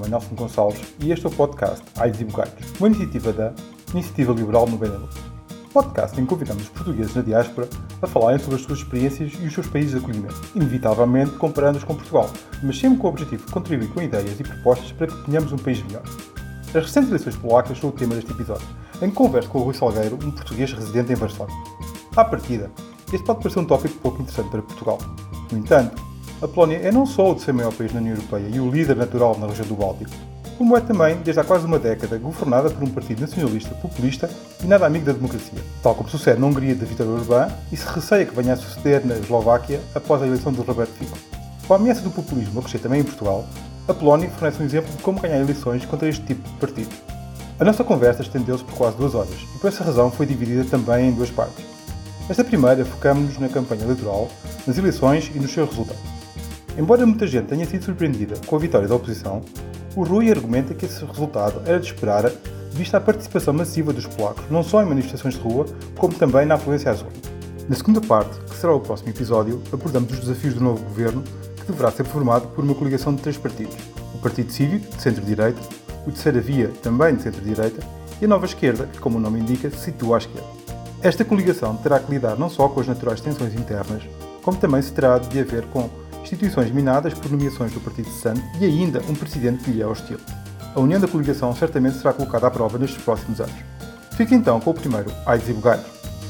é Nelson Gonçalves e este é o podcast Aides e Bugalhos, uma iniciativa da Iniciativa Liberal no Benelux. Podcast em que convidamos os portugueses na diáspora a falarem sobre as suas experiências e os seus países de acolhimento, inevitavelmente comparando-os com Portugal, mas sempre com o objetivo de contribuir com ideias e propostas para que tenhamos um país melhor. As recentes eleições polacas são o tema deste episódio, em que converso com o Rui Salgueiro, um português residente em Varsóvia. À partida, este pode parecer um tópico pouco interessante para Portugal. No entanto, a Polónia é não só o terceiro maior país na União Europeia e o líder natural na região do Báltico, como é também, desde há quase uma década, governada por um partido nacionalista, populista e nada amigo da democracia, tal como sucede na Hungria de Viktor Orbán e se receia que venha a suceder na Eslováquia após a eleição de Roberto Fico. Com a ameaça do populismo a crescer também em Portugal, a Polónia fornece um exemplo de como ganhar eleições contra este tipo de partidos. A nossa conversa estendeu-se por quase 2 horas e por essa razão foi dividida também em 2 partes. Nesta primeira, focamos-nos na campanha eleitoral, nas eleições e nos seus resultados. Embora muita gente tenha sido surpreendida com a vitória da oposição, o Rui argumenta que esse resultado era de esperar, vista a participação massiva dos polacos, não só em manifestações de rua, como também na afluência às urnas. Na segunda parte, que será o próximo episódio, abordamos os desafios do novo governo, que deverá ser formado por uma coligação de 3 partidos: o Partido Cívico, de centro-direita, o Terceira Via, também de centro-direita, e a Nova Esquerda, que, como o nome indica, se situa à esquerda. Esta coligação terá que lidar não só com as naturais tensões internas, como também se terá de haver com instituições minadas por nomeações do Partido Santo e ainda um presidente que lhe é hostil. A união da coligação certamente será colocada à prova nestes próximos anos. Fique então com o primeiro Aides e Bugalhos.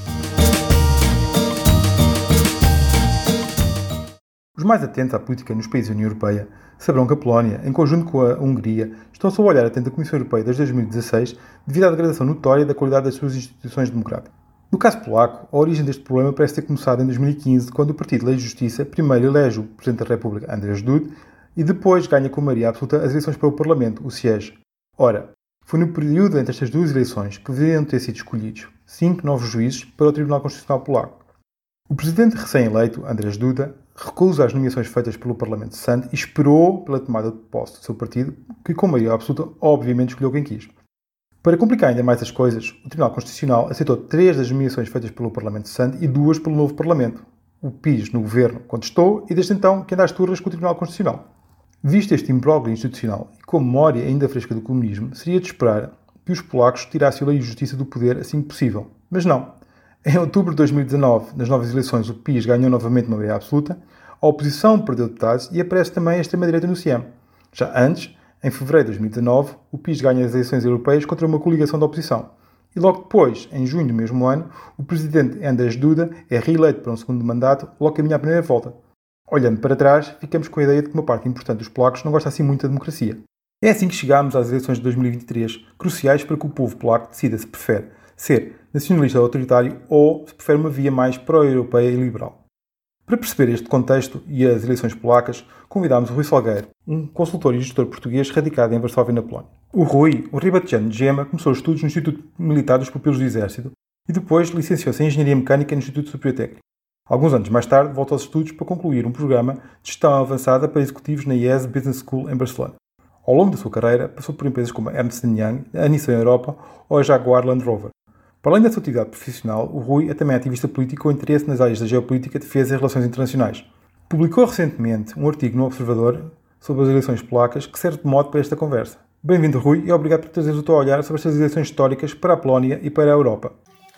Os mais atentos à política nos países da União Europeia saberão que a Polónia, em conjunto com a Hungria, estão sob o olhar atento da Comissão Europeia desde 2016 devido à degradação notória da qualidade das suas instituições democráticas. No caso polaco, a origem deste problema parece ter começado em 2015, quando o Partido Lei e Justiça primeiro elege o Presidente da República, Andrzej Duda, e depois ganha com maioria absoluta as eleições para o Parlamento, o SIEJ. Ora, foi no período entre estas 2 eleições que deveriam ter sido escolhidos 5 novos juízes para o Tribunal Constitucional Polaco. O Presidente recém-eleito, Andrzej Duda, recusa as nomeações feitas pelo Parlamento Santo e esperou pela tomada de posse do seu partido, que com maioria absoluta obviamente escolheu quem quis. Para complicar ainda mais as coisas, o Tribunal Constitucional aceitou 3 das nomeações feitas pelo Parlamento Santo e 2 pelo novo Parlamento. O PIS, no governo, contestou e desde então que anda às turras com o Tribunal Constitucional. Visto este imbróglio institucional e com a memória ainda fresca do comunismo, seria de esperar que os polacos tirassem a Lei e Justiça do poder assim que possível. Mas não. Em outubro de 2019, nas novas eleições, o PIS ganhou novamente uma maioria absoluta, a oposição perdeu deputados e aparece também a extrema-direita no CIEM. Já antes, em fevereiro de 2019, o PIS ganha as eleições europeias contra uma coligação da oposição. E logo depois, em junho do mesmo ano, o presidente Andrzej Duda é reeleito para um segundo mandato, logo caminha à primeira volta. Olhando para trás, ficamos com a ideia de que uma parte importante dos polacos não gosta assim muito da democracia. É assim que chegamos às eleições de 2023, cruciais para que o povo polaco decida se prefere ser nacionalista ou autoritário ou se prefere uma via mais pró-europeia e liberal. Para perceber este contexto e as eleições polacas, convidámos o Rui Salgueiro, um consultor e gestor português radicado em Varsóvia, na Polónia. O Rui, um ribatejano de Gema, começou os estudos no Instituto Militar dos Pupilos do Exército e depois licenciou-se em Engenharia Mecânica no Instituto Superior Técnico. Alguns anos mais tarde, voltou aos estudos para concluir um programa de gestão avançada para executivos na IES Business School em Barcelona. Ao longo da sua carreira, passou por empresas como a Ernst & Young, a Nissan Europa ou a Jaguar Land Rover. Para além da sua atividade profissional, o Rui é também ativista político com interesse nas áreas da geopolítica, defesa e relações internacionais. Publicou recentemente um artigo no Observador sobre as eleições polacas que serve de modo para esta conversa. Bem-vindo, Rui, e obrigado por trazeres o teu olhar sobre estas eleições históricas para a Polónia e para a Europa.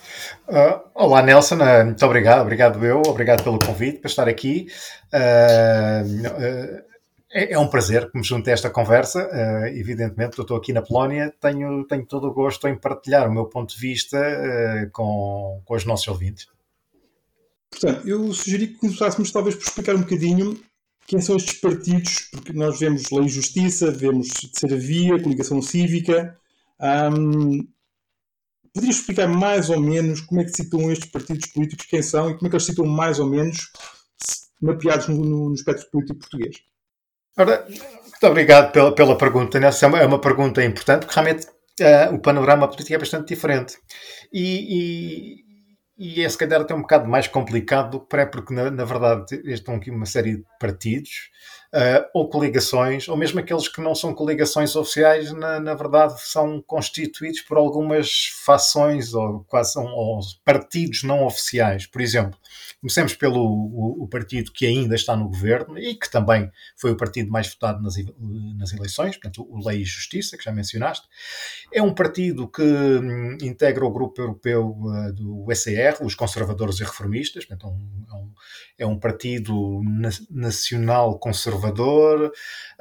Olá, Nelson, muito obrigado pelo convite para estar aqui. É um prazer que me junte a esta conversa. Evidentemente, eu estou aqui na Polónia, tenho todo o gosto em partilhar o meu ponto de vista com os nossos ouvintes. Portanto, eu sugeri que começássemos talvez por explicar um bocadinho quem são estes partidos, porque nós vemos Lei e Justiça, vemos Terceira Via, Coligação Cívica. Poderias explicar mais ou menos como é que se situam estes partidos políticos, quem são e como é que eles se situam mais ou menos mapeados no espectro político português? Ora, muito obrigado pela pergunta, Nelson. É uma pergunta importante, porque realmente o panorama político é bastante diferente. E é se calhar até um bocado mais complicado do que porque na verdade estão aqui uma série de partidos ou coligações, ou mesmo aqueles que não são coligações oficiais, na verdade são constituídos por algumas fações ou quase ou partidos não oficiais. Por exemplo, comecemos pelo o partido que ainda está no governo e que também foi o partido mais votado nas eleições, portanto, o Lei e Justiça, que já mencionaste. É um partido que integra o grupo europeu do ECR, os conservadores e reformistas, portanto, é um partido nacional conservador,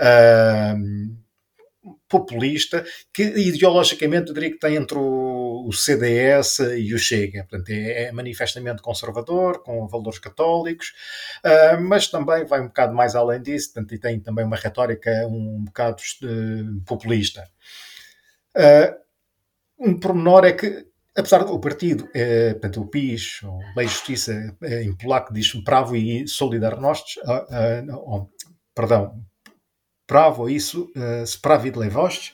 populista, que ideologicamente eu diria que tem entre o CDS e o Chega. Portanto, é manifestamente conservador, com valores católicos, mas também vai um bocado mais além disso, portanto, e tem também uma retórica um bocado populista. Um pormenor é que, apesar do partido, portanto, o PiS, ou Lei e Justiça, em polaco diz Prawo i Solidarność, perdão, Prawo i Sprawiedliwość,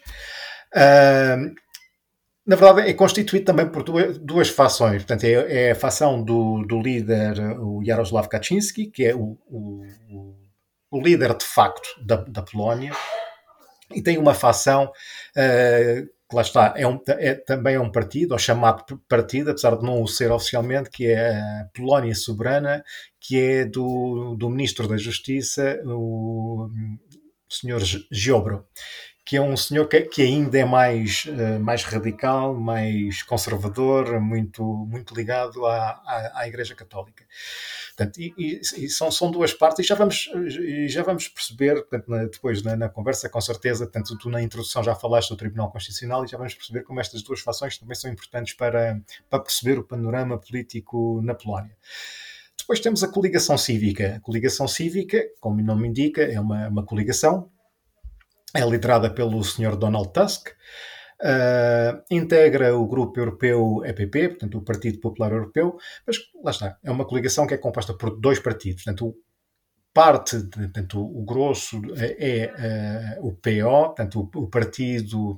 na verdade é constituído também por duas fações. Portanto, é a fação do líder, o Jarosław Kaczyński, que é o líder de facto da Polónia, e tem uma fação que lá está, também é um partido, ou chamado partido, apesar de não o ser oficialmente, que é a Polónia Soberana, que é do ministro da Justiça, o senhor Ziobro, que é um senhor que ainda é mais radical, mais conservador, muito ligado à Igreja Católica. Portanto, e são duas partes, e já vamos perceber, portanto, depois na conversa, com certeza, portanto, tu na introdução já falaste do Tribunal Constitucional, e já vamos perceber como estas duas fações também são importantes para perceber o panorama político na Polónia. Depois temos a coligação cívica. A coligação cívica, como o nome indica, é uma coligação, é liderada pelo Sr. Donald Tusk, integra o grupo europeu EPP, portanto o Partido Popular Europeu, mas lá está, é uma coligação que é composta por dois partidos, portanto portanto, o grosso é o PO, portanto o partido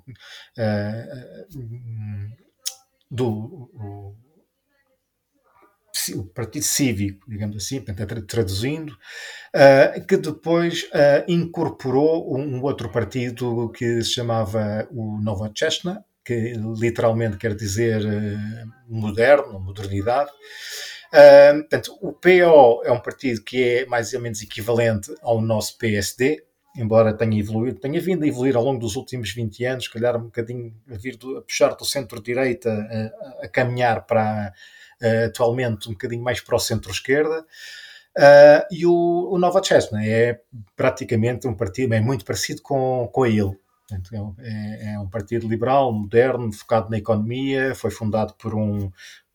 o Partido Cívico, digamos assim, portanto, traduzindo, que depois incorporou um outro partido que se chamava o Nowoczesna, que literalmente quer dizer moderno, modernidade. Portanto, o PO é um partido que é mais ou menos equivalente ao nosso PSD, embora tenha vindo a evoluir ao longo dos últimos 20 anos, se calhar um bocadinho a puxar do centro-direita, a caminhar para atualmente um bocadinho mais para o centro-esquerda. E o Nowoczesna é praticamente um partido muito parecido com ele. Portanto, é um partido liberal, moderno, focado na economia, foi fundado por um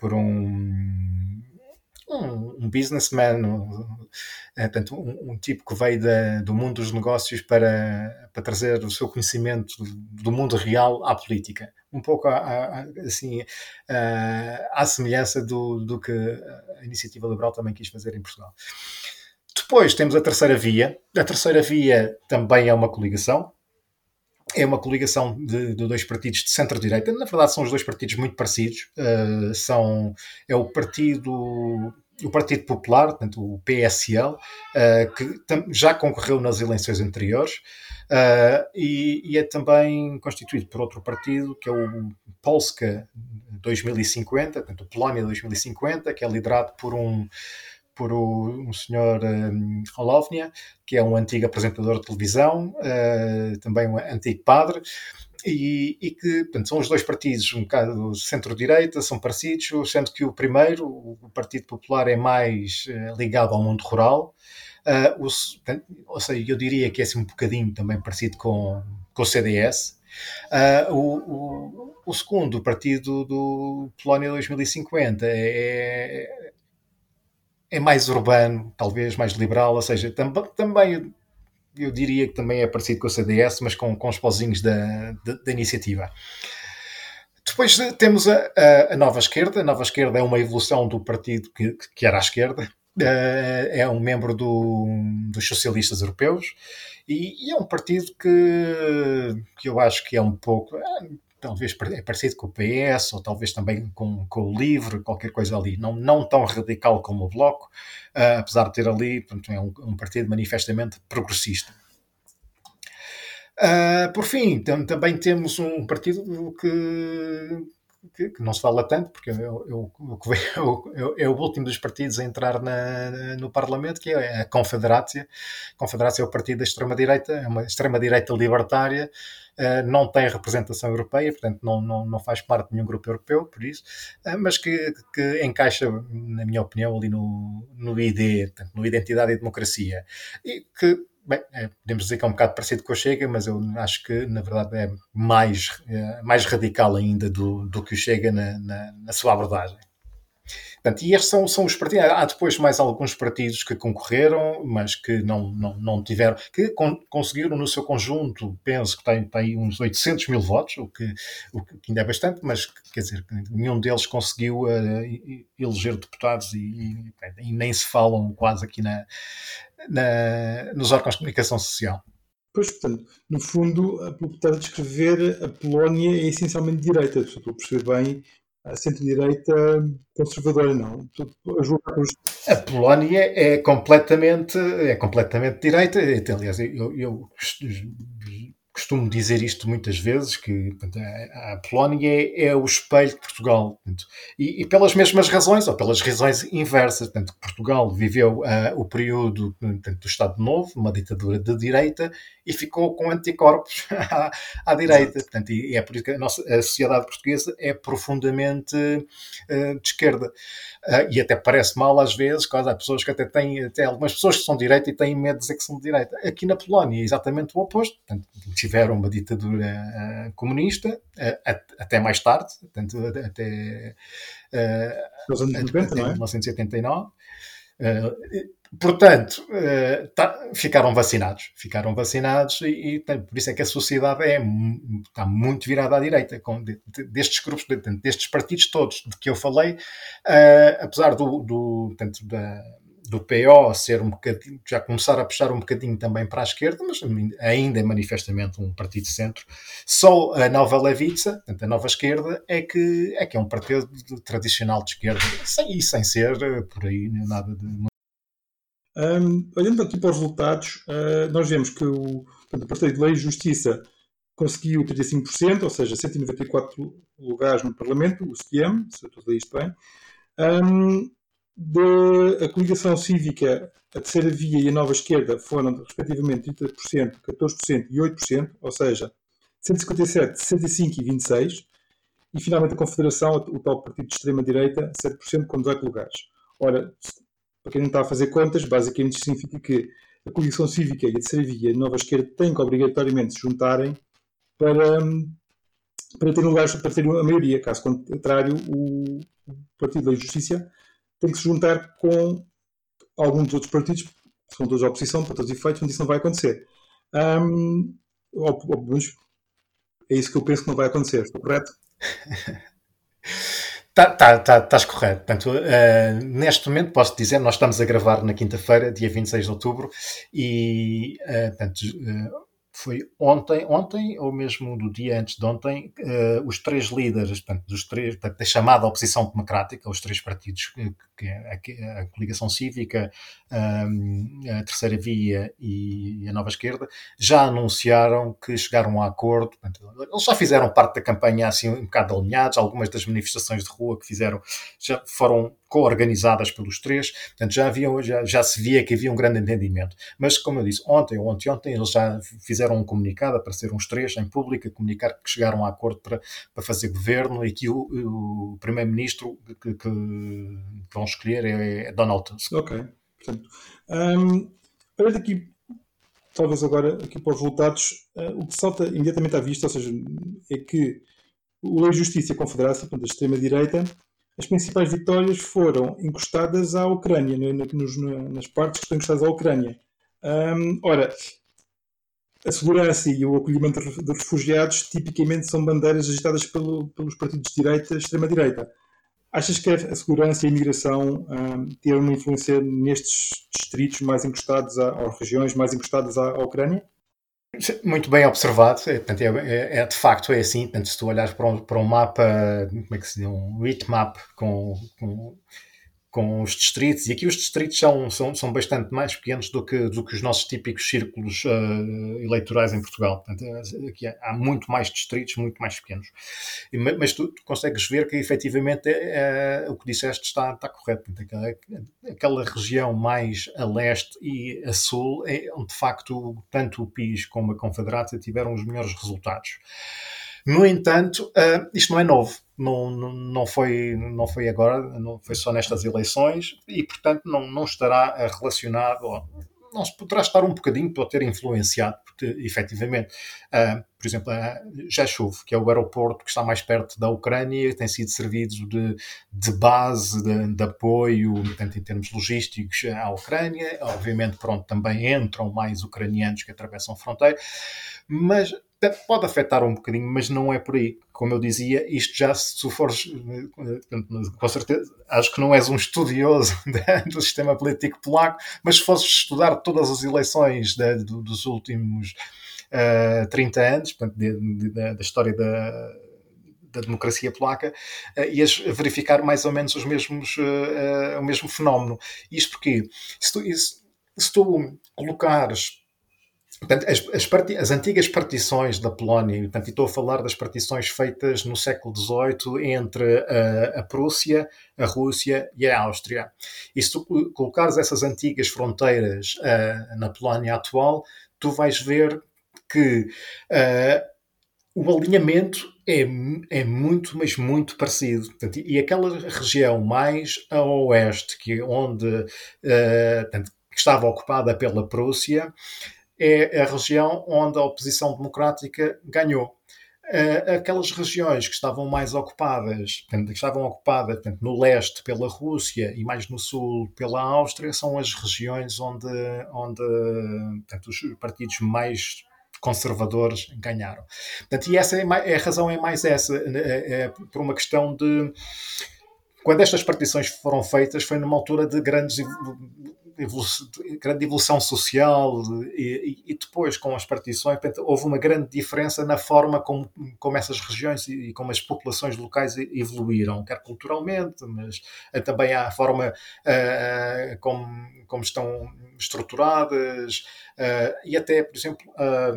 businessman, portanto, um tipo que veio do mundo dos negócios para trazer o seu conhecimento do mundo real à política. Um pouco assim, à semelhança do que a Iniciativa Liberal também quis fazer em Portugal. Depois temos a Terceira Via. A Terceira Via também é uma coligação. É uma coligação de dois partidos de centro-direita. Na verdade, são os dois partidos muito parecidos. É o Partido Popular, portanto, o PSL, que já concorreu nas eleições anteriores, e é também constituído por outro partido, que é o Polska 2050, portanto, o Polónia 2050, que é liderado por um senhor Holovnia, que é um antigo apresentador de televisão, também um antigo padre, e que, portanto, são os dois partidos um bocado centro-direita, são parecidos, sendo que o primeiro, o Partido Popular, é mais ligado ao mundo rural, ou seja, eu diria que é assim um bocadinho também parecido com o CDS. O segundo, o Partido do Polónia 2050, é mais urbano, talvez mais liberal, ou seja, também eu diria que também é parecido com o CDS, mas com os pozinhos da iniciativa. Depois temos a Nova Esquerda. A Nova Esquerda é uma evolução do partido que era à esquerda. É um membro dos socialistas europeus e é um partido que eu acho que é um pouco... talvez é parecido com o PS, ou talvez também com o LIVRE, qualquer coisa ali. Não tão radical como o Bloco, apesar de ter ali, portanto, é um partido manifestamente progressista. Por fim, também temos um partido que não se fala tanto, porque é o último dos partidos a entrar no Parlamento, que é a Confederacia. A Confederacia é o partido da extrema-direita, é uma extrema-direita libertária, não tem representação europeia, portanto não faz parte de nenhum grupo europeu, por isso, mas que encaixa, na minha opinião, ali no ID, portanto, no Identidade e Democracia, e que bem, podemos dizer que é um bocado parecido com o Chega, mas eu acho que, na verdade, é mais radical ainda do que o Chega na sua abordagem. Portanto, e estes são os partidos. Há depois mais alguns partidos que concorreram, mas que não tiveram, que conseguiram no seu conjunto, penso que tem aí uns 800 mil votos, o que ainda é bastante, mas quer dizer, nenhum deles conseguiu eleger deputados e nem se falam quase aqui nos órgãos de comunicação social. Pois, portanto, no fundo, pelo que está a descrever, a Polónia é essencialmente direita. Se eu estou a perceber bem, a centro-direita conservadora, não. A Polónia é completamente direita. Aliás, eu costumo dizer isto muitas vezes, que portanto, a Polónia é o espelho de Portugal. Portanto, e pelas mesmas razões, ou pelas razões inversas. Portanto, Portugal viveu o período portanto, do Estado Novo, uma ditadura de direita, e ficou com anticorpos à direita. Portanto, e é por isso que a sociedade portuguesa é profundamente de esquerda. E até parece mal às vezes, quase há pessoas que até algumas pessoas que são de direita e têm medo de dizer que são de direita. Aqui na Polónia é exatamente o oposto. Portanto, tiveram uma ditadura comunista, até mais tarde, portanto, até 1989. Portanto, ficaram vacinados e por isso é que a sociedade está muito virada à direita, destes grupos, destes partidos todos de que eu falei, apesar do PO ser um bocadinho, já começar a puxar um bocadinho também para a esquerda, mas ainda é manifestamente um partido de centro. Só a Nova Levica, portanto, a nova esquerda, é que é um partido tradicional de esquerda, sem ser por aí nada de... Olhando aqui para os resultados, nós vemos que o Partido de Lei e Justiça conseguiu 35%, ou seja, 194 lugares no Parlamento, o STM, se eu estou a dizer isto bem. A coligação cívica, a terceira via e a nova esquerda foram, respectivamente, 30%, 14% e 8%, ou seja, 157, 65 e 26%. E, finalmente, a Confederação, o tal partido de extrema-direita, 7% com 18 lugares. Ora, para quem não está a fazer contas, basicamente isto significa que a coligação cívica e a terceira via e a nova esquerda têm que obrigatoriamente se juntarem para ter lugares, para ter a maioria. Caso contrário, o Partido da Justiça tem que se juntar com alguns dos outros partidos, que são todos a oposição, para todos os efeitos, onde isso não vai acontecer. É isso que eu penso que não vai acontecer, estou correto? Estás correto. Portanto, neste momento, posso dizer, nós estamos a gravar na quinta-feira, dia 26 de outubro, e portanto, foi ontem, ou mesmo do dia antes de ontem, os três líderes, portanto, da chamada oposição democrática, os três partidos, que é a coligação cívica, a terceira via e a nova esquerda, já anunciaram que chegaram a acordo. Portanto, eles já fizeram parte da campanha assim um bocado alinhados, algumas das manifestações de rua que fizeram já foram co-organizadas pelos três, portanto já se via que havia um grande entendimento. Mas, como eu disse, ontem eles já fizeram um comunicado para ser uns três em público, a comunicar que chegaram a acordo para fazer governo e que o primeiro-ministro que vão escolher é Donald Tusk. Ok, portanto, olhando aqui, talvez agora aqui para os resultados, o que salta imediatamente à vista, ou seja, é que o Lei de Justiça e a Confederação, portanto, a extrema-direita, as principais vitórias foram encostadas à Ucrânia, nas partes que estão encostadas à Ucrânia. Ora, a segurança e o acolhimento de refugiados tipicamente são bandeiras agitadas pelos partidos de direita e extrema-direita. Achas que a segurança e a imigração têm uma influência nestes distritos mais encostados, ou regiões mais encostadas à Ucrânia? Muito bem observado. Portanto, de facto é assim. Portanto, se tu olhares para um mapa, como é que se diz, um heatmap com os distritos, e aqui os distritos são bastante mais pequenos do que os nossos típicos círculos eleitorais em Portugal. Portanto, aqui há muito mais distritos, muito mais pequenos. Mas tu consegues ver que efetivamente o que disseste está correto. Portanto, aquela região mais a leste e a sul é onde de facto tanto o PIS como a Confederata tiveram os melhores resultados. No entanto, isto não é novo. Não foi agora, não foi só nestas eleições e, portanto, não estará relacionado, ou não se poderá estar um bocadinho, pode ter influenciado, porque, efetivamente, por exemplo, Rzeszów, que é o aeroporto que está mais perto da Ucrânia, tem sido servido de base, de apoio, portanto, em termos logísticos, à Ucrânia. Obviamente, pronto, também entram mais ucranianos que atravessam a fronteira, mas pode afetar um bocadinho, mas não é por aí. Como eu dizia, isto já, se tu fores, com certeza, acho que não és um estudioso do sistema político polaco, mas se fosses estudar todas as eleições dos últimos 30 anos, portanto, da história da democracia polaca, ias verificar mais ou menos o mesmo fenómeno. Isto porque, se tu colocares, portanto, as antigas partições da Polónia, portanto, e estou a falar das partições feitas no século XVIII entre a Prússia, a Rússia e a Áustria. E se tu colocares essas antigas fronteiras na Polónia atual, tu vais ver que o alinhamento é muito, mas muito parecido. Portanto, e aquela região mais a oeste, onde portanto, que estava ocupada pela Prússia, é a região onde a oposição democrática ganhou. Aquelas regiões que estavam mais ocupadas, portanto, no leste pela Rússia e mais no sul pela Áustria, são as regiões onde portanto, os partidos mais conservadores ganharam. Portanto, e a razão é mais essa, por uma questão de... Quando estas partições foram feitas, foi numa altura de grande evolução social e depois, com as partições, houve uma grande diferença na forma como essas regiões e como as populações locais evoluíram, quer culturalmente, mas também a forma como estão estruturadas e até, por exemplo,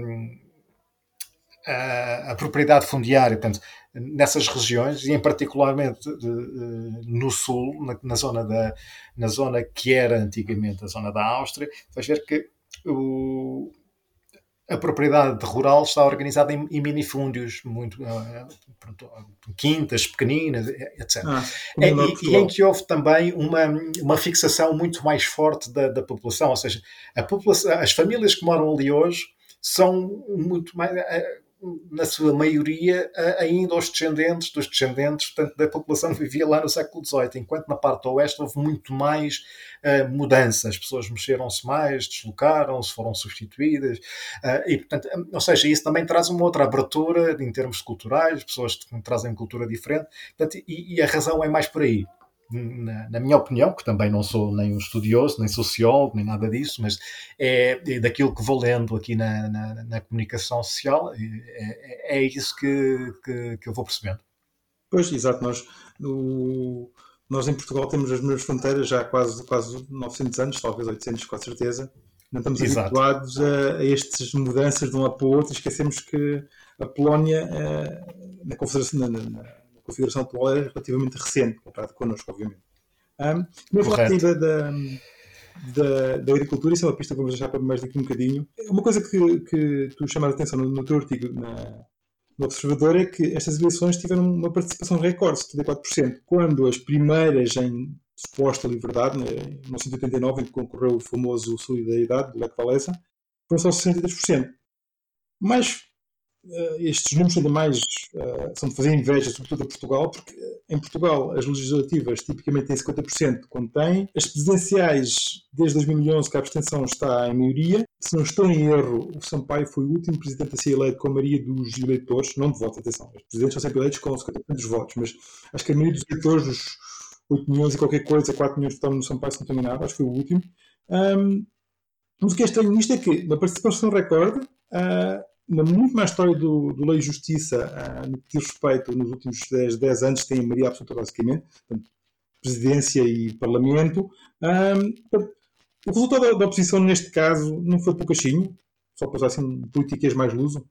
a propriedade fundiária, portanto, nessas regiões, e em particularmente no sul, na zona que era antigamente a zona da Áustria, vais ver que a propriedade rural está organizada em minifúndios, muito, quintas pequeninas, etc. E em que houve também uma fixação muito mais forte da população, ou seja, as famílias que moram ali hoje são muito mais... na sua maioria, ainda os descendentes dos descendentes, portanto, da população que vivia lá no século XVIII, enquanto na parte oeste houve muito mais mudança. As pessoas mexeram-se mais, deslocaram-se, foram substituídas, e, portanto, ou seja, isso também traz uma outra abertura em termos culturais, pessoas que trazem cultura diferente, portanto, e a razão é mais por aí. Na minha opinião, que também não sou nem um estudioso, nem sociólogo, nem nada disso, mas é daquilo que vou lendo aqui na comunicação social, é isso que eu vou percebendo. Pois, exato. Nós em Portugal temos as mesmas fronteiras já há quase 900 anos, talvez 800, com certeza. Não estamos habituados a estas mudanças de um lado para o outro e esquecemos que a Polónia, na configuração atual, é relativamente recente, comparado connosco, obviamente. Mas lá da agricultura, isso é uma pista que vamos deixar para mais daqui um bocadinho. Uma coisa que tu chamas a atenção no teu artigo no Observador é que estas eleições tiveram uma participação recorde, 74%, quando as primeiras em suposta liberdade, em 1989, em que concorreu o famoso Solidariedade, do Lech Walesa, foram só 63%. Mas estes números ainda mais são de fazer inveja, sobretudo a Portugal, porque em Portugal as legislativas tipicamente têm 50% quando têm. As presidenciais, desde 2011, que a abstenção está em maioria. Se não estou em erro, o Sampaio foi o último presidente a ser eleito com a maioria dos eleitores, não de votos, atenção. Os presidentes são sempre eleitos com 50% dos votos, mas acho que a maioria dos eleitores, dos 8 milhões e qualquer coisa, 4 milhões que estavam no Sampaio, se não estou enganado, acho que foi o último. Mas o que é estranho nisto é que, na participação recorde, na muito mais história do Lei e Justiça, no que diz respeito nos últimos 10 anos, tem a maioria absoluta, basicamente, portanto, presidência e parlamento. O resultado da oposição, neste caso, não foi poucachinho, só para usar assim políticas mais luso.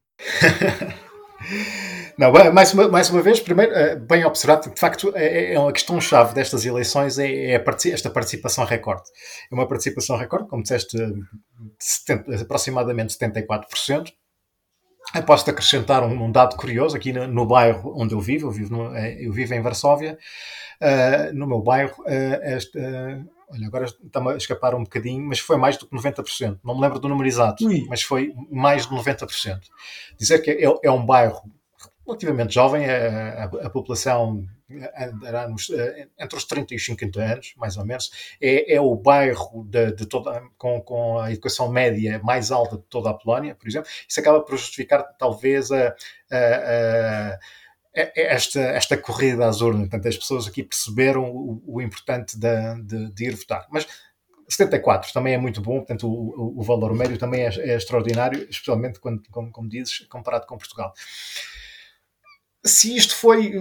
Não, mais uma vez, primeiro, bem observado, de facto, é uma questão-chave destas eleições, esta participação recorde. É uma participação recorde, como disseste, aproximadamente 74%. Posso acrescentar um dado curioso aqui no bairro onde eu vivo vivo em Varsóvia. No meu bairro, olha, agora está-me a escapar um bocadinho, mas foi mais do que 90%. Não me lembro do número exato, mas foi mais de 90%. Dizer que é um bairro relativamente jovem, a população andará entre os 30 e os 50 anos, mais ou menos. É o bairro de toda, com a educação média mais alta de toda a Polónia, por exemplo. Isso acaba por justificar, talvez, esta corrida às urnas. Portanto, as pessoas aqui perceberam o importante de ir votar. Mas 74 também é muito bom, portanto, o valor médio também é extraordinário, especialmente quando, como dizes, comparado com Portugal. Se isto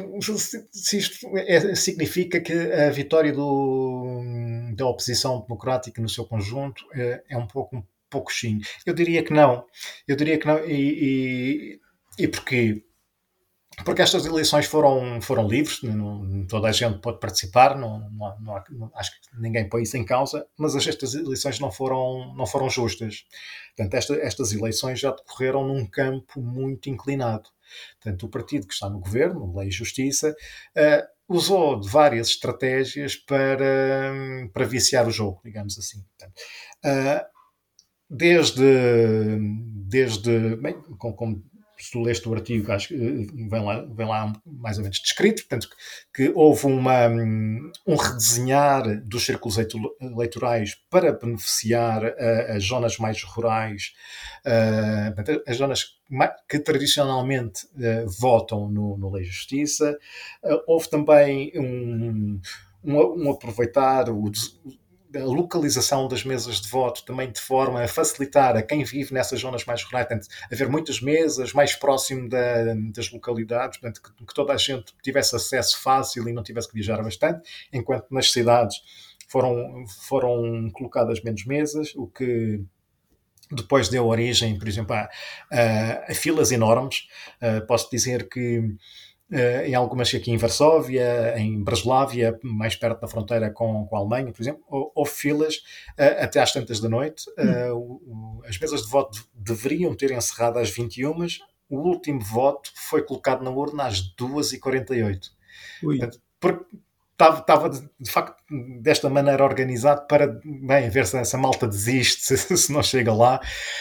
significa que a vitória da oposição democrática no seu conjunto é um pouco sim. Eu diria que não. E porquê? Porque estas eleições foram livres, toda a gente pode participar, acho que ninguém põe isso em causa, mas estas eleições não foram justas. Portanto, estas eleições já decorreram num campo muito inclinado. Portanto, o partido que está no governo, Lei e Justiça, usou de várias estratégias para viciar o jogo, digamos assim. Portanto, bem, como se tu leste o artigo, acho que vem lá mais ou menos descrito, portanto, que houve um redesenhar dos círculos eleitorais para beneficiar as zonas mais rurais, as zonas que tradicionalmente votam no Lei e Justiça. Houve também um aproveitar a localização das mesas de voto também de forma a facilitar a quem vive nessas zonas mais rurais, portanto, haver muitas mesas mais próximo das localidades, portanto, que toda a gente tivesse acesso fácil e não tivesse que viajar bastante, enquanto nas cidades foram colocadas menos mesas, o que depois deu origem, por exemplo, a filas enormes. Posso dizer que em algumas aqui em Varsóvia, em Breslávia, mais perto da fronteira com a Alemanha, por exemplo, houve filas até às tantas da noite. As mesas de voto deveriam ter encerrado às 21, o último voto foi colocado na urna às 2h48. Portanto, estava de facto desta maneira organizado para ver se essa malta desiste, se não chega lá.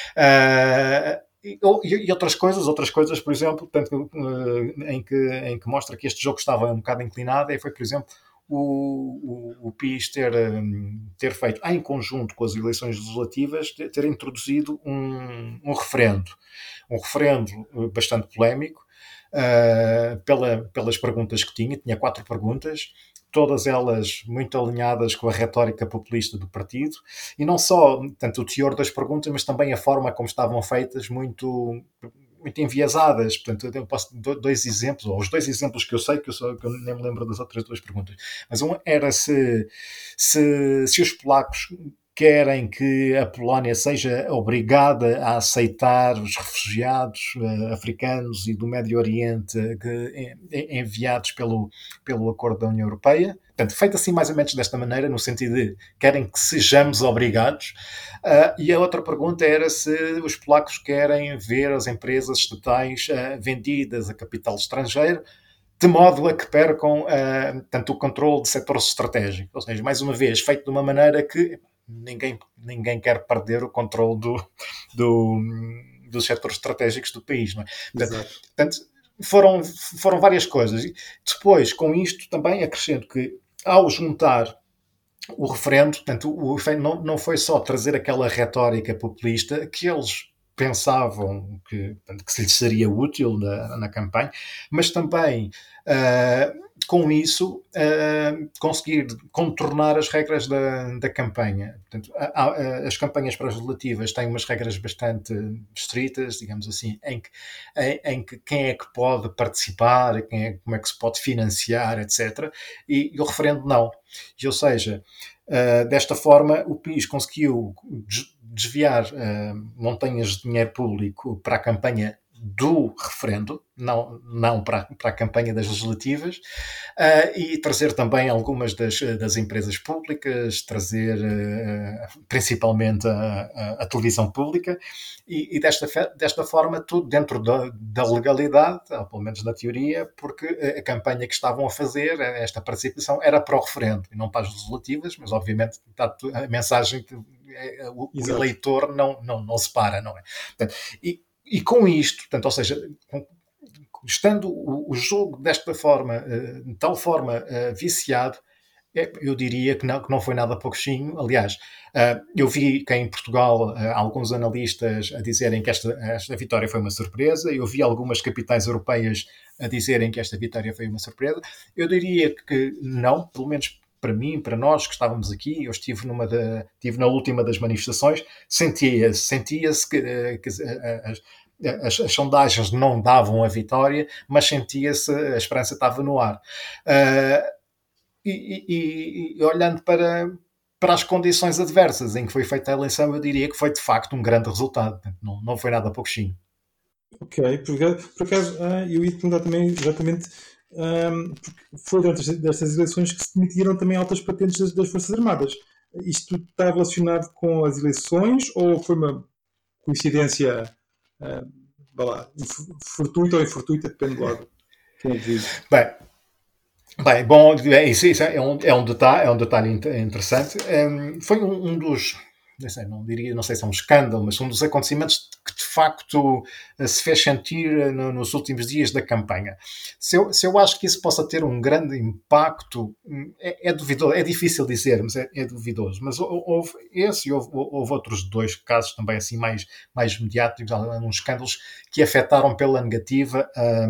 E outras coisas, por exemplo, tanto, em que mostra que este jogo estava um bocado inclinado, foi, por exemplo, o PIS ter feito, em conjunto com as eleições legislativas, ter introduzido um referendo bastante polémico, pelas perguntas que tinha 4 perguntas, todas elas muito alinhadas com a retórica populista do partido, e não só tanto o teor das perguntas, mas também a forma como estavam feitas, muito enviesadas. Portanto, eu posso dar 2 exemplos, ou os 2 exemplos que eu sei, que eu nem me lembro das outras 2 perguntas. Mas um era se os polacos querem que a Polónia seja obrigada a aceitar os refugiados africanos e do Médio Oriente enviados pelo acordo da União Europeia. Portanto, feito assim mais ou menos desta maneira, no sentido de querem que sejamos obrigados. E a outra pergunta era se os polacos querem ver as empresas estatais vendidas a capital estrangeiro, de modo a que percam tanto o controle de setores estratégicos. Ou seja, mais uma vez, feito de uma maneira que ninguém quer perder o controle dos setores estratégicos do país. Não é? Portanto, foram várias coisas. E depois, com isto, também acrescento que, ao juntar o referendo, portanto, o efeito não foi só trazer aquela retórica populista que eles pensavam que se lhes seria útil na campanha, mas também com isso, conseguir contornar as regras da campanha. Portanto, as campanhas para as legislativas têm umas regras bastante estritas, digamos assim, em que quem é que pode participar, como é que se pode financiar, etc. E o referendo não. E, ou seja, desta forma, o PIS conseguiu desviar montanhas de dinheiro público para a campanha do referendo, não para a campanha das legislativas, e trazer também algumas das empresas públicas, trazer principalmente a televisão pública, e desta forma tudo dentro da legalidade, ou pelo menos na teoria, porque a campanha que estavam a fazer, esta participação, era para o referendo, e não para as legislativas, mas obviamente a mensagem que o eleitor não separa, não é? Portanto, e com isto, portanto, ou seja, estando o jogo desta forma, de tal forma viciado, eu diria que não foi nada pouquinho. Aliás, eu vi que em Portugal alguns analistas a dizerem que esta vitória foi uma surpresa. Eu vi algumas capitais europeias a dizerem que esta vitória foi uma surpresa. Eu diria que não, pelo menos para mim, para nós que estávamos aqui. Eu estive na última das manifestações, sentia-se que as sondagens não davam a vitória, mas sentia-se, a esperança estava no ar. E olhando para as condições adversas em que foi feita a eleição, eu diria que foi de facto um grande resultado. Não foi nada pouquinho. Ok, por acaso eu ia te perguntar também exatamente, porque foi durante destas eleições que se demitiram também altas patentes das Forças Armadas. Isto está relacionado com as eleições ou foi uma coincidência, fortuita ou infortuita, depende do lado. Quem é que diz? Bem, bom, isso é um detalhe interessante. Foi um dos, não sei se é um escândalo, mas um dos acontecimentos que de facto se fez sentir nos últimos dias da campanha. Se eu acho que isso possa ter um grande impacto, é duvidoso, é difícil dizer, mas é duvidoso. Mas houve esse e houve outros dois casos também assim mais mediáticos, uns escândalos que afetaram pela negativa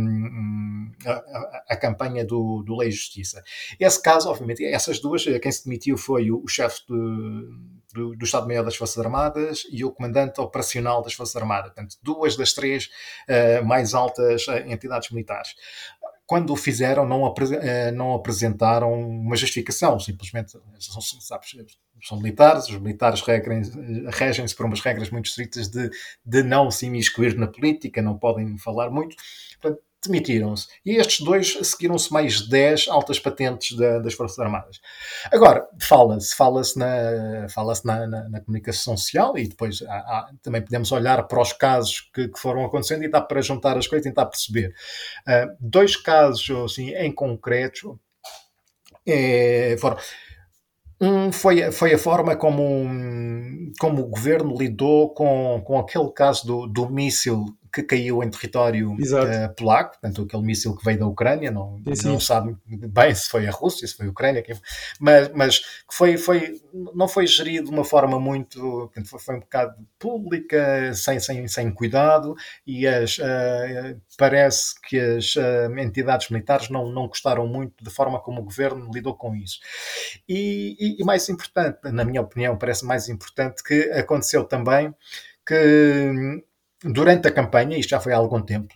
a campanha do Lei e Justiça. Esse caso, obviamente, essas duas, quem se demitiu foi o chefe do Estado-Maior das Forças Armadas e o comandante operacional das Forças Armadas. Portanto, duas das três mais altas entidades militares. Quando o fizeram, não apresentaram uma justificação, simplesmente são militares, os militares regem-se por umas regras muito estritas de não se imiscuir na política, não podem falar muito. Portanto, demitiram-se. E estes dois seguiram-se mais 10 altas patentes das Forças Armadas. Agora, fala-se na comunicação social e depois também podemos olhar para os casos que foram acontecendo e dá para juntar as coisas e tentar perceber. Dois casos assim, em concreto foram... foi a forma como o governo lidou com aquele caso do míssil que caiu em território polaco, portanto, aquele míssil que veio da Ucrânia, não sabe bem se foi a Rússia, se foi a Ucrânia, mas que não foi gerido de uma forma muito, portanto, foi um bocado pública, sem cuidado, e parece que as entidades militares não gostaram muito da forma como o governo lidou com isso. E mais importante, na minha opinião, parece mais importante que aconteceu também que durante a campanha, isto já foi há algum tempo,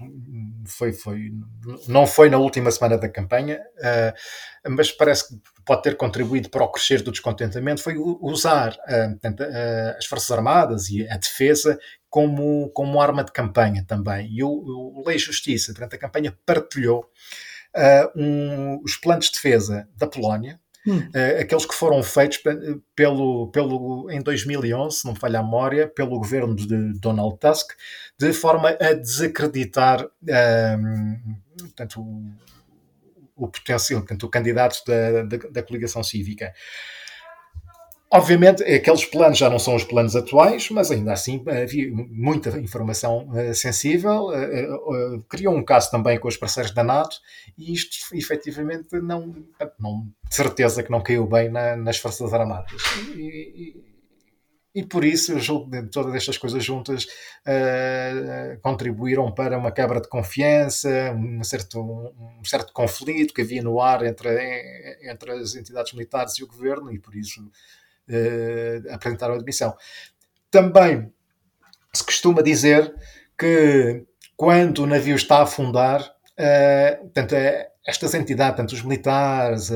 não foi na última semana da campanha, mas parece que pode ter contribuído para o crescer do descontentamento, foi usar as Forças Armadas e a defesa como arma de campanha também. E o Lei e Justiça, durante a campanha, partilhou os planos de defesa da Polónia, aqueles que foram feitos em 2011, se não me falha a memória, pelo governo de Donald Tusk, de forma a desacreditar portanto, o potencial, portanto, o candidato da coligação cívica. Obviamente, aqueles planos já não são os planos atuais, mas ainda assim havia muita informação sensível. Criou um caso também com os parceiros da NATO e isto, efetivamente, de certeza que não caiu bem nas Forças Armadas. E por isso, eu julgo que todas estas coisas juntas contribuíram para uma quebra de confiança, um certo conflito que havia no ar entre as entidades militares e o governo, e por isso apresentaram a demissão. Também se costuma dizer que quando o navio está a afundar, portanto, estas entidades, tanto os militares,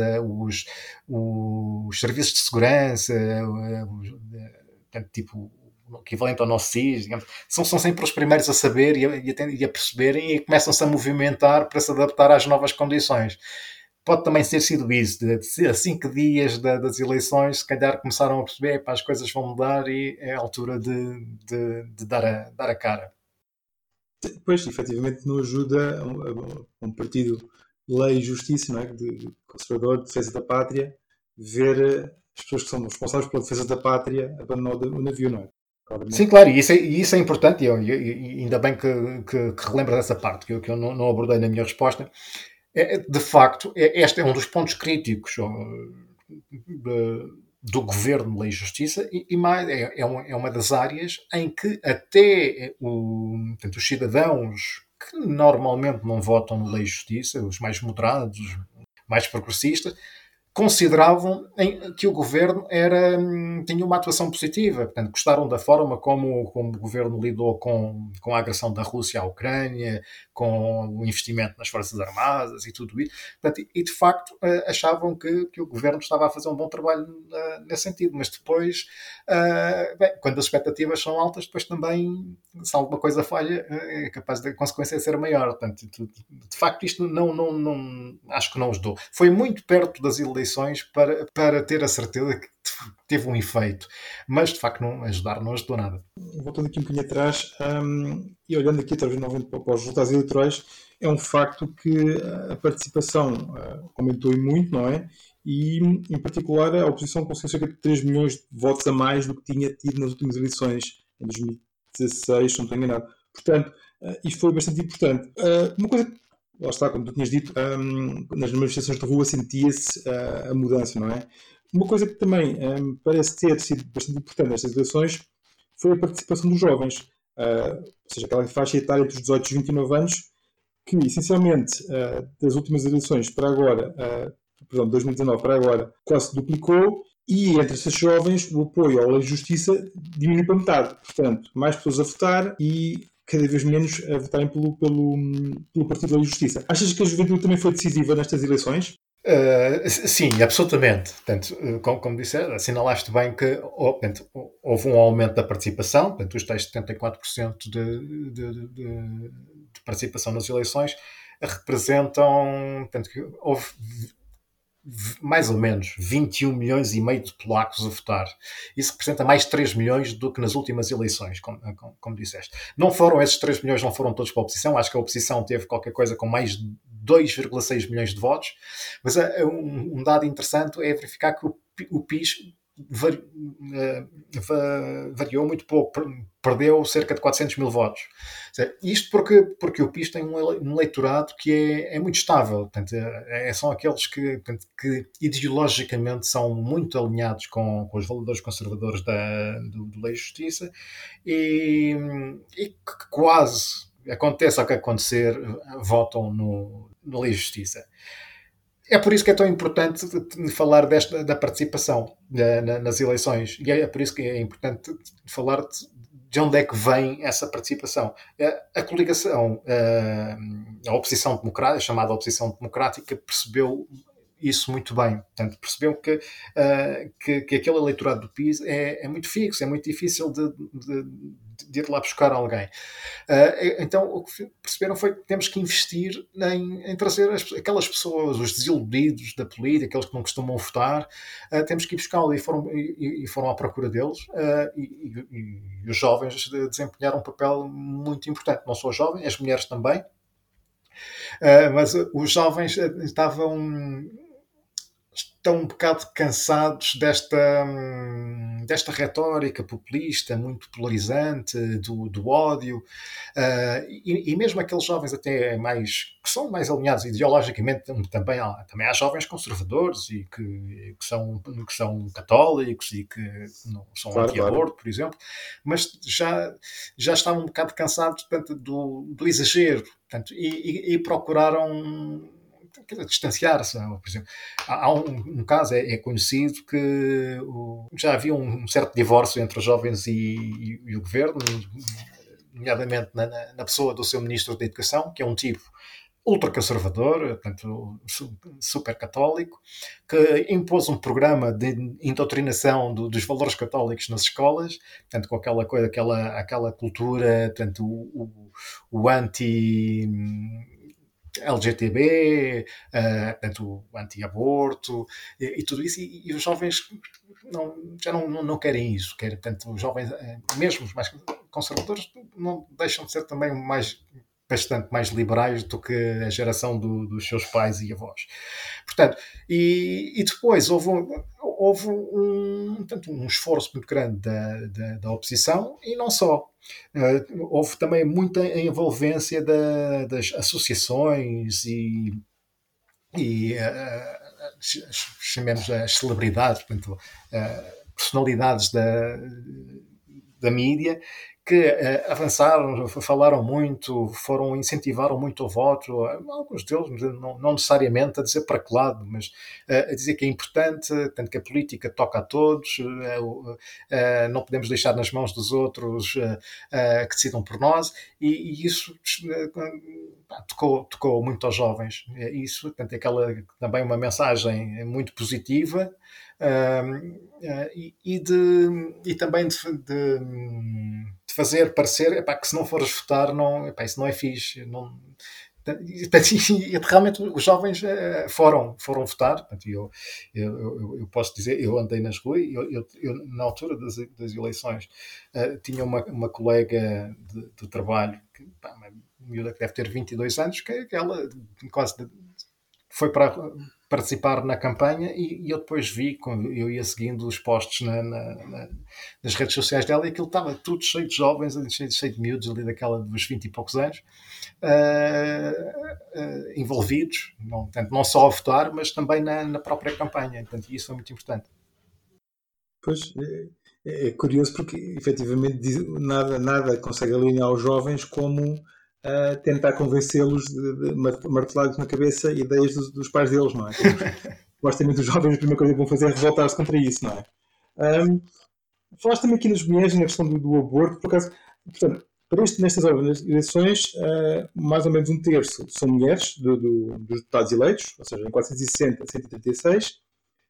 os serviços de segurança, portanto, tipo o equivalente ao nosso SIS, digamos, são sempre os primeiros a saber e a perceberem e começam-se a movimentar para se adaptar às novas condições. Pode também ter sido isso, a 5 dias das eleições, se calhar começaram a perceber que as coisas vão mudar e é a altura de dar a cara. Pois, efetivamente, não ajuda um partido de lei e justiça, não é? De conservador, de defesa da pátria, ver as pessoas que são responsáveis pela defesa da pátria abandonar o navio, não é? Sim, claro, e isso é importante, e ainda bem que relembra dessa parte, que eu não abordei na minha resposta. De facto, este é um dos pontos críticos do governo, lei e justiça, e mais, é uma das áreas em que até portanto, os cidadãos que normalmente não votam no lei e justiça, os mais moderados, os mais progressistas, consideravam que o governo tinha uma atuação positiva. Portanto, gostaram da forma como o governo lidou com a agressão da Rússia à Ucrânia, com o investimento nas Forças Armadas e tudo isso. Portanto, e de facto achavam que o governo estava a fazer um bom trabalho nesse sentido. Mas depois, quando as expectativas são altas, depois também, se alguma coisa falha, é capaz da consequência ser maior. Portanto, de facto, isto não acho que não ajudou. Foi muito perto das eleições para ter a certeza que teve um efeito, mas de facto não ajudou nada. Voltando aqui um bocadinho atrás, e olhando aqui talvez novamente para os resultados eleitorais, é um facto que a participação aumentou muito, não é? E, em particular, a oposição conseguiu cerca de 3 milhões de votos a mais do que tinha tido nas últimas eleições, em 2016, se não estou enganado. Portanto, isto foi bastante importante. Uma coisa, lá está, como tu tinhas dito, nas manifestações de rua sentia-se a mudança, não é? Uma coisa que também parece ter sido bastante importante nestas eleições foi a participação dos jovens, ou seja, aquela faixa etária entre os 18 e os 29 anos, que essencialmente das últimas eleições para agora, perdão, de 2019 para agora, quase duplicou, e entre esses jovens o apoio à lei de justiça diminuiu para metade. Portanto, mais pessoas a votar e cada vez menos a votarem pelo Partido da Lei e Justiça. Achas que a juventude também foi decisiva nestas eleições? Sim, absolutamente. Portanto, como disse, assinalaste bem que portanto, houve um aumento da participação, portanto, os tais 74% de participação nas eleições representam, portanto, houve mais ou menos 21 milhões e meio de polacos a votar. Isso representa mais 3 milhões do que nas últimas eleições, como disseste. Não foram esses 3 milhões, não foram todos para a oposição. Acho que a oposição teve qualquer coisa com mais de 2,6 milhões de votos. Mas um dado interessante é verificar que o PIS variou muito pouco, perdeu cerca de 400 mil votos. Isto porque o PIS tem um eleitorado que é muito estável, portanto, são aqueles que ideologicamente são muito alinhados com os valores conservadores do Lei e Justiça e que quase, aconteça o que acontecer, votam no Lei e Justiça. É por isso que é tão importante falar da participação nas eleições. E é por isso que é importante falar de onde é que vem essa participação. A coligação, a oposição democrática, a chamada oposição democrática, percebeu isso muito bem. Portanto, percebeu que aquele eleitorado do PIS é muito fixo, é muito difícil de ir lá buscar alguém. Então, o que perceberam foi que temos que investir em trazer aquelas pessoas, os desiludidos da política, aqueles que não costumam votar, temos que ir buscá-los e foram à procura deles. E os jovens desempenharam um papel muito importante. Não só os jovens, as mulheres também. Mas os jovens estão um bocado cansados desta retórica populista, muito polarizante, do ódio, e mesmo aqueles jovens até que são mais alinhados ideologicamente, também há jovens conservadores e que são católicos e que não, são Claro, claro. anti-aborto, por exemplo, mas já estavam um bocado cansados, portanto, do exagero, portanto, e procuraram, quer dizer, distanciar-se. Por exemplo, há um caso, é conhecido, que já havia um certo divórcio entre os jovens e o governo, nomeadamente na pessoa do seu ministro da Educação, que é um tipo ultraconservador, portanto, super católico, que impôs um programa de indoctrinação dos valores católicos nas escolas, portanto, com aquela coisa, aquela cultura, portanto, o anti LGTB, portanto, o anti-aborto e tudo isso, e os jovens já não querem isso, querem, portanto, os jovens, mesmo os mais conservadores, não deixam de ser também bastante mais liberais do que a geração dos seus pais e avós. Portanto, e depois houve portanto, um esforço muito grande da oposição, e não só. Houve também muita envolvência das associações chamemos as celebridades, portanto, personalidades da mídia, que avançaram, falaram muito, incentivaram muito o voto, alguns deles não necessariamente a dizer para que lado, mas a dizer que é importante, tanto que a política toca a todos, não podemos deixar nas mãos dos outros que decidam por nós, e isso tocou muito aos jovens. Isso, portanto, é também uma mensagem muito positiva, e também de fazer parecer, que se não fores votar, isso não é fixe. E realmente os jovens foram votar. Portanto, eu posso dizer, eu andei nas ruas, eu na altura das eleições, tinha uma colega de trabalho, uma miúda que deve ter 22 anos, que ela quase foi para participar na campanha, e eu depois vi, quando eu ia seguindo os posts nas redes sociais dela, e aquilo estava tudo cheio de jovens, cheio de miúdos ali daquela dos 20 e poucos anos, envolvidos, portanto, não só a votar, mas também na própria campanha. Portanto, isso é muito importante. Pois, é curioso porque, efetivamente, nada consegue alinhar os jovens como tentar convencê-los de martelados na cabeça ideias dos pais deles, não é? Supostamente os jovens, a primeira coisa que vão fazer é revoltar-se contra isso, não é? Falaste também aqui nas mulheres, na questão do aborto, por acaso, portanto, nestas eleições, mais ou menos um terço são mulheres dos deputados eleitos, ou seja, em 460 a 136.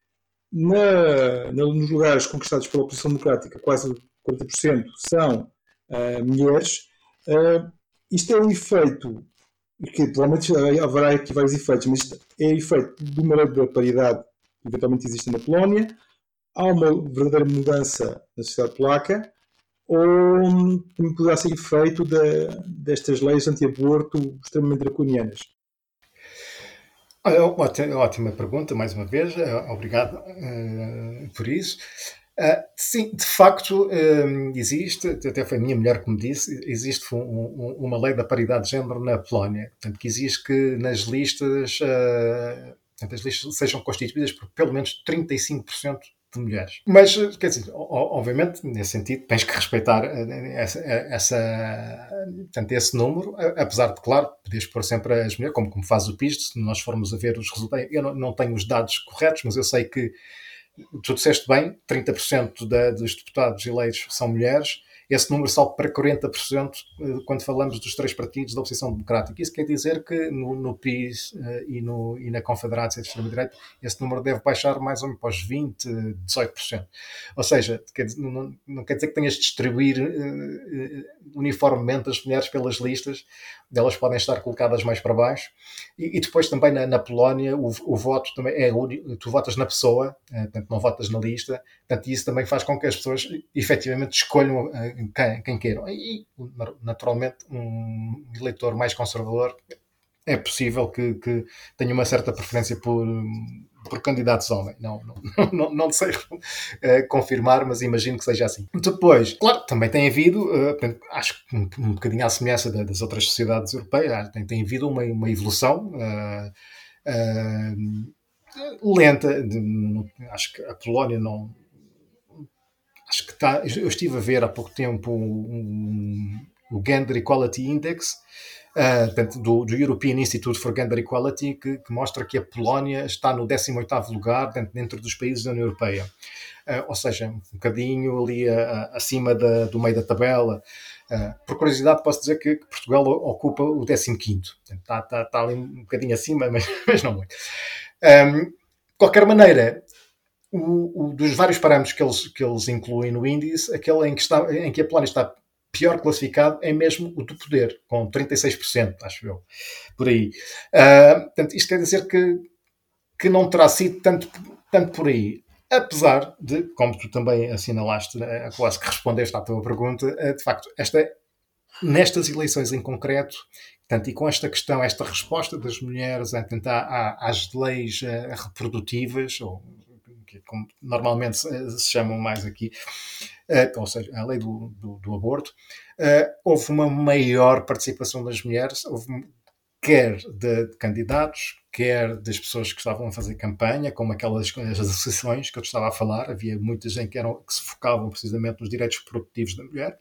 Nos lugares conquistados pela oposição democrática, quase 40% são mulheres. Isto é um efeito, que provavelmente haverá aqui vários efeitos, mas isto é efeito de uma lei da paridade que eventualmente existe na Polónia. Há uma verdadeira mudança na sociedade polaca, ou também poderá ser efeito destas leis anti-aborto extremamente draconianas? Ótima pergunta, mais uma vez. Obrigado por isso. Sim, de facto, existe, até foi a minha mulher que me disse, existe uma lei da paridade de género na Polónia. Portanto, que exige que nas listas, as listas sejam constituídas por pelo menos 35% de mulheres. Mas, quer dizer, obviamente, nesse sentido, tens que respeitar portanto, esse número, apesar de, claro, podes pôr sempre as mulheres, como faz o PIS, se nós formos a ver os resultados. Eu não tenho os dados corretos, mas eu sei que tu disseste bem, 30% dos deputados eleitos são mulheres. Esse número sobe para 40% quando falamos dos três partidos da oposição democrática. Isso quer dizer que no PIS e na Confederação de Extrema-Direita esse número deve baixar mais ou menos para os 20%, 18%. Ou seja, não quer dizer que tenhas de distribuir uniformemente as mulheres pelas listas, elas podem estar colocadas mais para baixo. E depois também na Polónia o voto também tu votas na pessoa, portanto não votas na lista, portanto isso também faz com que as pessoas efetivamente escolham quem queiram. E naturalmente um eleitor mais conservador é possível que tenha uma certa preferência por candidatos homem. Não sei confirmar, mas imagino que seja assim. Depois, claro, também tem havido, acho que um bocadinho à semelhança das outras sociedades europeias, tem havido uma evolução lenta. Acho que a Polónia não... Acho que está... Eu estive a ver há pouco tempo o Gender Equality Index, do European Institute for Gender Equality, que mostra que a Polónia está no 18º lugar dentro dos países da União Europeia. Ou seja, um bocadinho ali acima do meio da tabela. Por curiosidade, posso dizer que Portugal ocupa o 15º. Está ali um bocadinho acima, mas não muito. De qualquer maneira, dos vários parâmetros que eles incluem no índice, aquele em que a Polónia está pior classificado é mesmo o do poder, com 36%, acho eu, por aí. Portanto, isto quer dizer que não terá sido tanto por aí. Apesar de, como tu também assinalaste, quase que respondeste à tua pergunta, de facto, nestas eleições em concreto, portanto, e com esta questão, esta resposta das mulheres às leis reprodutivas, ou como normalmente se chamam mais aqui, ou seja, a lei do aborto, houve uma maior participação das mulheres, quer de candidatos, quer das pessoas que estavam a fazer campanha, como aquelas as associações que eu estava a falar. Havia muitas que se focavam precisamente nos direitos reprodutivos da mulher.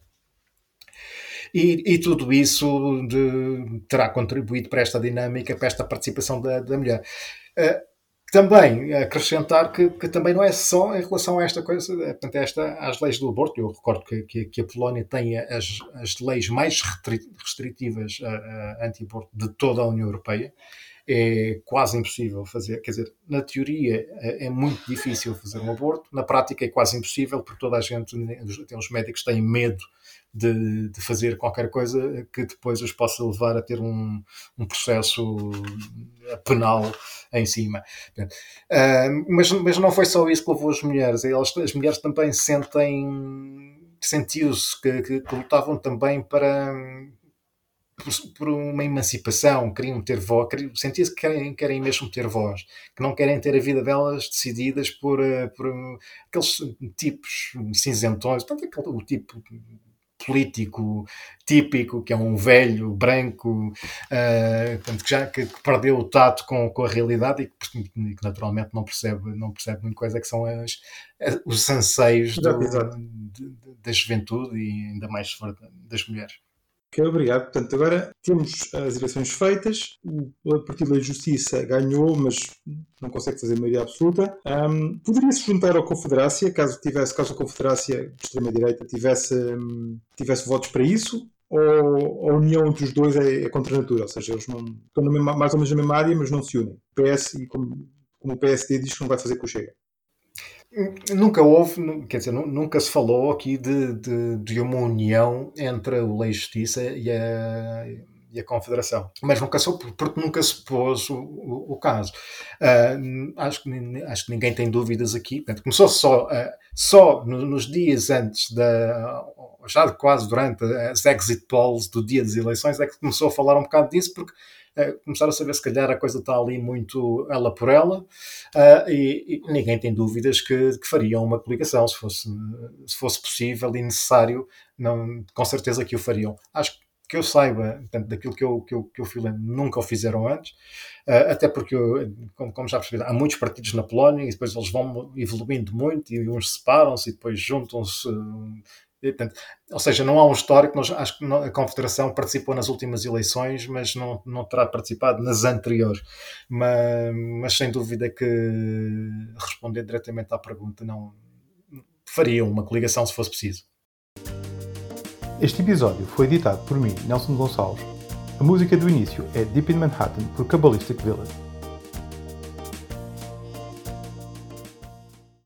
E tudo isso terá contribuído para esta dinâmica, para esta participação da mulher. Também acrescentar que também não é só em relação a esta coisa, portanto, às leis do aborto. Eu recordo que a Polónia tem as leis mais restritivas anti-aborto de toda a União Europeia. É quase impossível fazer, quer dizer, na teoria é muito difícil fazer um aborto, na prática é quase impossível, porque toda a gente, os médicos têm medo de fazer qualquer coisa que depois os possa levar a ter um processo penal em cima. Mas não foi só isso que levou as mulheres. As mulheres também sentiu-se que lutavam também por uma emancipação, queriam ter voz, sentiam-se que querem mesmo ter voz, que não querem ter a vida delas decididas por aqueles tipos cinzentões, tanto o tipo político típico, que é um velho branco, que perdeu o tato com a realidade e que naturalmente não percebe muita coisa, que são os anseios da juventude e ainda mais das mulheres. Ok, obrigado. Portanto, agora temos as eleições feitas, o Partido da Justiça ganhou, mas não consegue fazer maioria absoluta. Poderia-se juntar à Confederácia, caso a Confederácia de extrema-direita tivesse votos para isso, ou a união entre os dois é contra a natura, ou seja, eles não estão mais ou menos na mesma área, mas não se unem. O PS, e como o PSD diz que não vai fazer com o Chega. Nunca houve, quer dizer, nunca se falou aqui de uma união entre o Lei e Justiça e a Confederação. Mas porque nunca se pôs o caso. Acho que ninguém tem dúvidas aqui. Portanto, começou só nos dias antes, já quase durante as exit polls do dia das eleições, é que começou a falar um bocado disso, porque começaram a saber, se calhar, a coisa está ali muito ela por ela, e ninguém tem dúvidas que fariam uma coligação, se fosse possível e necessário, com certeza que o fariam. Acho que eu saiba, portanto, daquilo que eu fui lendo, nunca o fizeram antes, até porque, como já percebi, há muitos partidos na Polónia e depois eles vão evoluindo muito e uns separam-se e depois juntam-se. Portanto, ou seja, não há um histórico. Acho que a Confederação participou nas últimas eleições, mas não terá participado nas anteriores. Mas sem dúvida que, responder diretamente à pergunta, não fariam uma coligação se fosse preciso. Este episódio foi editado por mim, Nelson Gonçalves. A música do início é Deep in Manhattan, por Cabalistic Village.